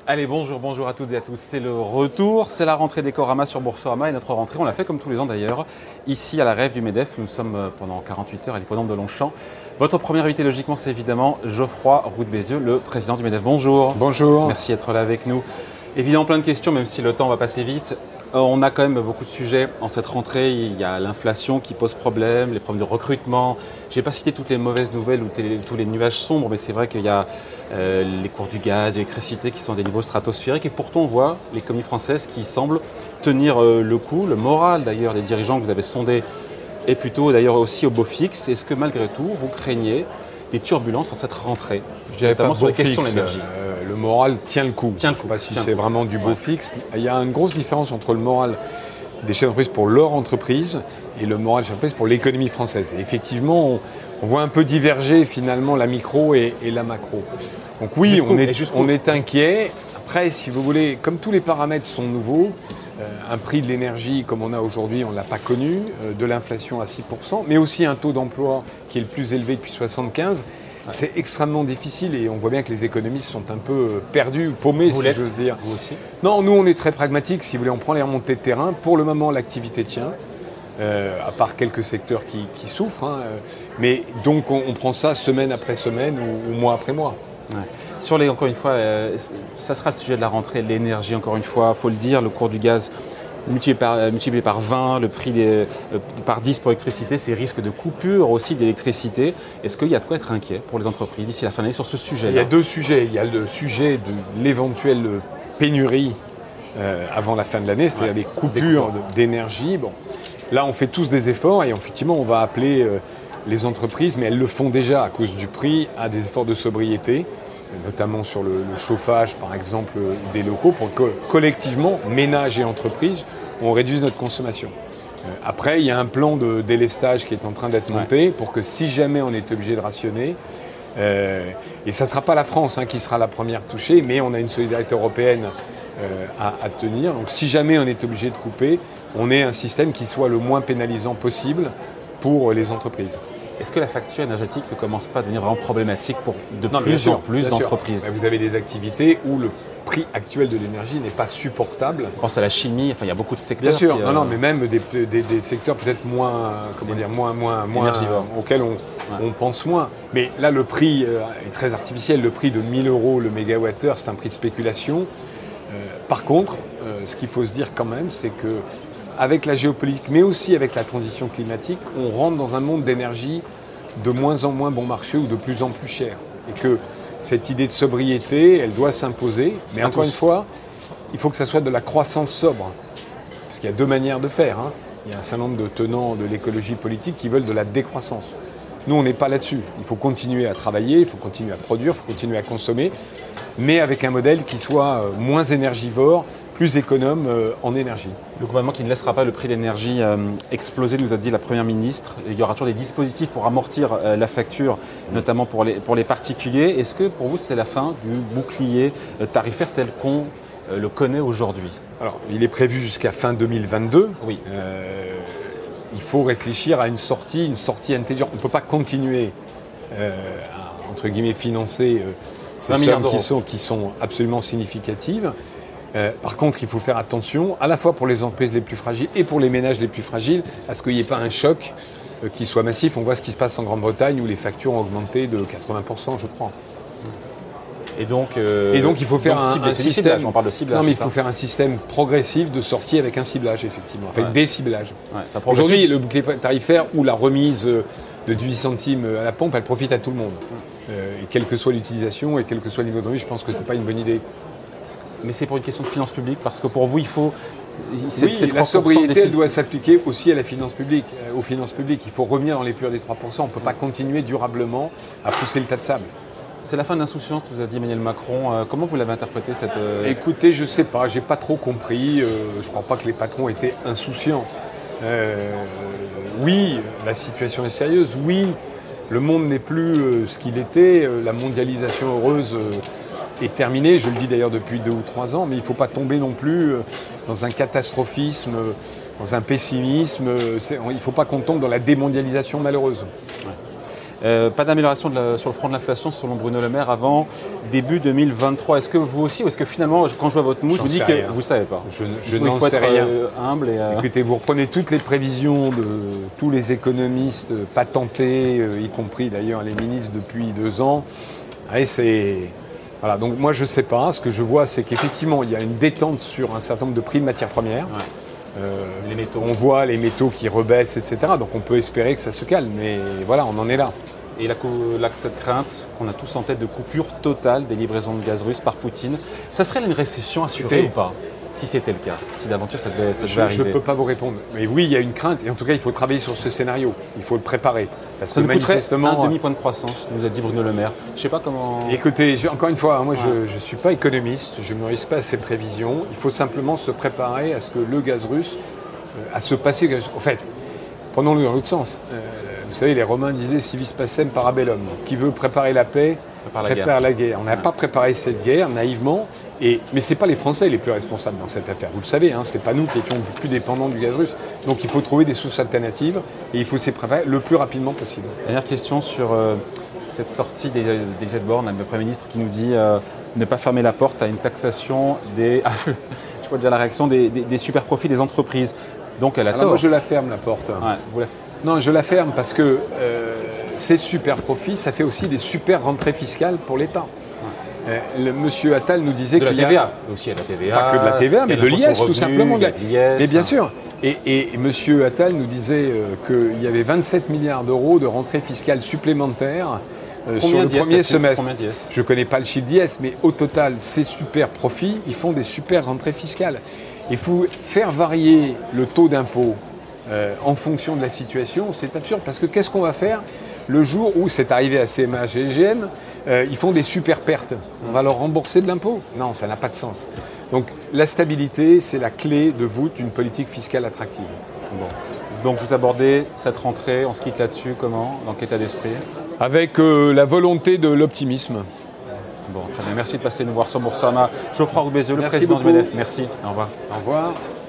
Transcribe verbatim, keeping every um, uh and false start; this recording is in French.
Allez, bonjour, bonjour à toutes et à tous. C'est le retour, c'est la rentrée d'Ecorama sur Boursorama et notre rentrée, on l'a fait comme tous les ans d'ailleurs, ici à la Rêve du MEDEF. Nous sommes pendant quarante-huit heures à l'hippodrome de Longchamp. Votre premier invité, logiquement, c'est évidemment Geoffroy Roux de Bézieux, le président du MEDEF. Bonjour. Bonjour. Merci d'être là avec nous. Évidemment, plein de questions, même si le temps va passer vite. On a quand même beaucoup de sujets en cette rentrée. Il y a l'inflation qui pose problème, les problèmes de recrutement. Je ne vais pas citer toutes les mauvaises nouvelles ou tous les nuages sombres, mais c'est vrai qu'il y a euh, les cours du gaz, de l'électricité qui sont à des niveaux stratosphériques. Et pourtant, on voit l'économie française qui semble tenir euh, le coup. Le moral d'ailleurs des dirigeants que vous avez sondés est plutôt d'ailleurs aussi au beau fixe. Est-ce que malgré tout, vous craignez des turbulences en cette rentrée, je dirais notamment pas sur les beau questions fixe, de l'énergie? euh, Le moral tient le coup. Tient le je coup. ne sais pas si Tient c'est le coup. vraiment du beau Ouais. fixe. Il y a une grosse différence entre le moral des chefs d'entreprise pour leur entreprise et le moral des chefs d'entreprise pour l'économie française. Et effectivement, on, on voit un peu diverger finalement la micro et, et la macro. Donc oui, on est, on est inquiet. Après, si vous voulez, comme tous les paramètres sont nouveaux, euh, un prix de l'énergie comme on a aujourd'hui, on ne l'a pas connu, euh, de l'inflation à six pour cent, mais aussi un taux d'emploi qui est le plus élevé depuis soixante-quinze. Ouais. C'est extrêmement difficile et on voit bien que les économistes sont un peu perdus, paumés, vous si j'ose dire. Vous aussi? Non, nous on est très pragmatiques, si vous voulez, on prend les remontées de terrain. Pour le moment, l'activité tient, euh, à part quelques secteurs qui, qui souffrent. Hein, euh, mais donc on, on prend ça semaine après semaine ou, ou mois après mois. Ouais. Sur les, encore une fois, euh, ça sera le sujet de la rentrée, l'énergie, encore une fois, il faut le dire, le cours du gaz multiplié par, euh, multiplié par vingt, le prix des, euh, par dix pour l'électricité, ces risques de coupure aussi d'électricité. Est-ce qu'il y a de quoi être inquiet pour les entreprises d'ici la fin de l'année sur ce sujet-là? Il y a deux sujets. Il y a le sujet de l'éventuelle pénurie euh, avant la fin de l'année, c'est-à-dire ouais, des coupures d'énergie. Bon, là, on fait tous des efforts et effectivement, on va appeler euh, les entreprises, mais elles le font déjà à cause du prix, à des efforts de sobriété, notamment sur le, le chauffage, par exemple, des locaux, pour que collectivement, ménages et entreprises, on réduise notre consommation. Euh, après, il y a un plan de délestage qui est en train d'être monté ouais. pour que si jamais on est obligé de rationner, euh, et ça ne sera pas la France hein, qui sera la première touchée, mais on a une solidarité européenne euh, à, à tenir. Donc si jamais on est obligé de couper, on ait un système qui soit le moins pénalisant possible pour les entreprises. Est-ce que la facture énergétique ne commence pas à devenir vraiment problématique pour de non, plus sûr, en plus d'entreprises? Vous avez des activités où le prix actuel de l'énergie n'est pas supportable. Je pense à la chimie, enfin il y a beaucoup de secteurs. Bien sûr, qui, non, euh... non, mais même des, des, des secteurs peut-être moins, comment dire, moins, moins, moins auxquels on, ouais. on pense moins. Mais là, le prix est très artificiel. Le prix de mille euros le mégawattheure, c'est un prix de spéculation. Euh, par contre, euh, ce qu'il faut se dire quand même, c'est que avec la géopolitique, mais aussi avec la transition climatique, on rentre dans un monde d'énergie de moins en moins bon marché ou de plus en plus cher. Et que cette idée de sobriété, elle doit s'imposer. Mais encore une fois, il faut que ça soit de la croissance sobre. Parce qu'il y a deux manières de faire. Hein. Il y a un certain nombre de tenants de l'écologie politique qui veulent de la décroissance. Nous, on n'est pas là-dessus. Il faut continuer à travailler, il faut continuer à produire, il faut continuer à consommer, mais avec un modèle qui soit moins énergivore, plus économe euh, en énergie. Le gouvernement qui ne laissera pas le prix de l'énergie euh, exploser, nous a dit la Première ministre. Il y aura toujours des dispositifs pour amortir euh, la facture, notamment pour les, pour les particuliers. Est-ce que pour vous, c'est la fin du bouclier euh, tarifaire tel qu'on euh, le connaît aujourd'hui? Alors, il est prévu jusqu'à fin deux mille vingt-deux. Oui. Euh, il faut réfléchir à une sortie, une sortie intelligente. On ne peut pas continuer euh, à, entre guillemets, financer euh, ces sommes qui sont, qui sont absolument significatives. Euh, par contre, il faut faire attention, à la fois pour les entreprises les plus fragiles et pour les ménages les plus fragiles, à ce qu'il n'y ait pas un choc euh, qui soit massif. On voit ce qui se passe en Grande-Bretagne où les factures ont augmenté de quatre-vingts pour cent, je crois. Et donc, euh, et donc il faut faire donc, un, un système. On parle de ciblage. Non, mais il faut faire un système progressif de sortie avec un ciblage, effectivement, avec ouais. des ciblages. Ouais, aujourd'hui, le bouclier tarifaire ou la remise de dix-huit centimes à la pompe, elle profite à tout le monde. Euh, et quelle que soit l'utilisation et quel que soit le niveau de revenu, je pense que ce n'est pas une bonne idée. Mais c'est pour une question de finances publiques, parce que pour vous, il faut... C'est, oui, c'est la sobriété, elle doit s'appliquer aussi à la finance publique, aux finances publiques. Il faut revenir dans les purs des trois pour cent. On ne peut pas continuer durablement à pousser le tas de sable. C'est la fin de l'insouciance, vous a dit Emmanuel Macron. Euh, comment vous l'avez interprété cette... Euh... Écoutez, je ne sais pas, je n'ai pas trop compris. Euh, je ne crois pas que les patrons étaient insouciants. Euh, oui, la situation est sérieuse. Oui, le monde n'est plus euh, ce qu'il était. Euh, la mondialisation heureuse euh, est terminée. Je le dis d'ailleurs depuis deux ou trois ans, mais il ne faut pas tomber non plus euh, dans un catastrophisme, euh, dans un pessimisme. Euh, il ne faut pas qu'on tombe dans la démondialisation malheureuse. Ouais. Euh, pas d'amélioration sur le front de l'inflation selon Bruno Le Maire avant début deux mille vingt-trois. Est-ce que vous aussi, ou est-ce que finalement, quand je vois votre mouche, je vous dis que rien. vous ne savez pas? Je, je n'en sais être, rien. Euh, humble et, euh... Écoutez, vous reprenez toutes les prévisions de tous les économistes patentés, euh, y compris d'ailleurs les ministres depuis deux ans. Et c'est... Voilà, donc moi je ne sais pas. Ce que je vois, c'est qu'effectivement, il y a une détente sur un certain nombre de prix de matières premières. Ouais. Euh, les métaux. On voit les métaux qui rebaissent, et cetera. Donc on peut espérer que ça se calme. Mais voilà, on en est là. Et la, la, cette crainte qu'on a tous en tête de coupure totale des livraisons de gaz russe par Poutine, ça serait une récession assurée ou pas? Si c'était le cas, si d'aventure ça devait, ça devait je, arriver. Je ne peux pas vous répondre. Mais oui, il y a une crainte. Et en tout cas, il faut travailler sur ce scénario. Il faut le préparer. Parce ça que nous manifestement. Un demi-point de croissance, nous a dit Bruno Le Maire. Je ne sais pas comment. Écoutez, je, encore une fois, moi ouais. je ne suis pas économiste. Je ne me risque pas à ces prévisions. Il faut simplement se préparer à ce que le gaz russe, euh, à se passer. En fait, prenons-le dans l'autre sens. Euh, vous savez, les Romains disaient civis pacem parabellum. Qui veut préparer la paix, prépare la prépare guerre. la guerre. On n'a ouais. pas préparé cette guerre naïvement. Et, mais ce n'est pas les Français les plus responsables dans cette affaire. Vous le savez, hein, ce n'est pas nous qui étions plus dépendants du gaz russe. Donc il faut trouver des sources alternatives et il faut s'y préparer le plus rapidement possible. Dernière question sur euh, cette sortie d'Elisabeth Borne, le Premier ministre, qui nous dit euh, ne pas fermer la porte à une taxation des, ah, je, je peux dire la réaction, des, des, des super profits des entreprises. Donc elle a Alors tort. Moi je la ferme la porte. Ouais, vous la... Non, je la ferme parce que euh, ces super profits, ça fait aussi des super rentrées fiscales pour l'État. Euh, le monsieur Attal nous disait qu'il y a... De la T V A, aussi il y a la T V A. Pas que de la T V A, mais de l'I S tout simplement. De la... Mais bien sûr. Et, et, et monsieur Attal nous disait euh, qu'il y avait vingt-sept milliards d'euros de rentrées fiscales supplémentaires euh, sur le premier semestre. Je ne connais pas le chiffre d'I S, mais au total, ces super profits, ils font des super rentrées fiscales. Il faut faire varier le taux d'impôt euh, en fonction de la situation, c'est absurde. Parce que qu'est-ce qu'on va faire le jour où c'est arrivé à C M H et G M, euh, ils font des super pertes. On va leur rembourser de l'impôt? Non, ça n'a pas de sens. Donc la stabilité, c'est la clé de voûte d'une politique fiscale attractive. Bon. Donc vous abordez cette rentrée, on se quitte là-dessus, comment? Dans quel état d'esprit? Avec euh, la volonté de l'optimisme. Bon, très bien. Merci de passer nous voir sur Boursorama. Geoffroy Roux-Bézieux, le Merci président beaucoup. du MEDEF. Merci. Au revoir. Au revoir.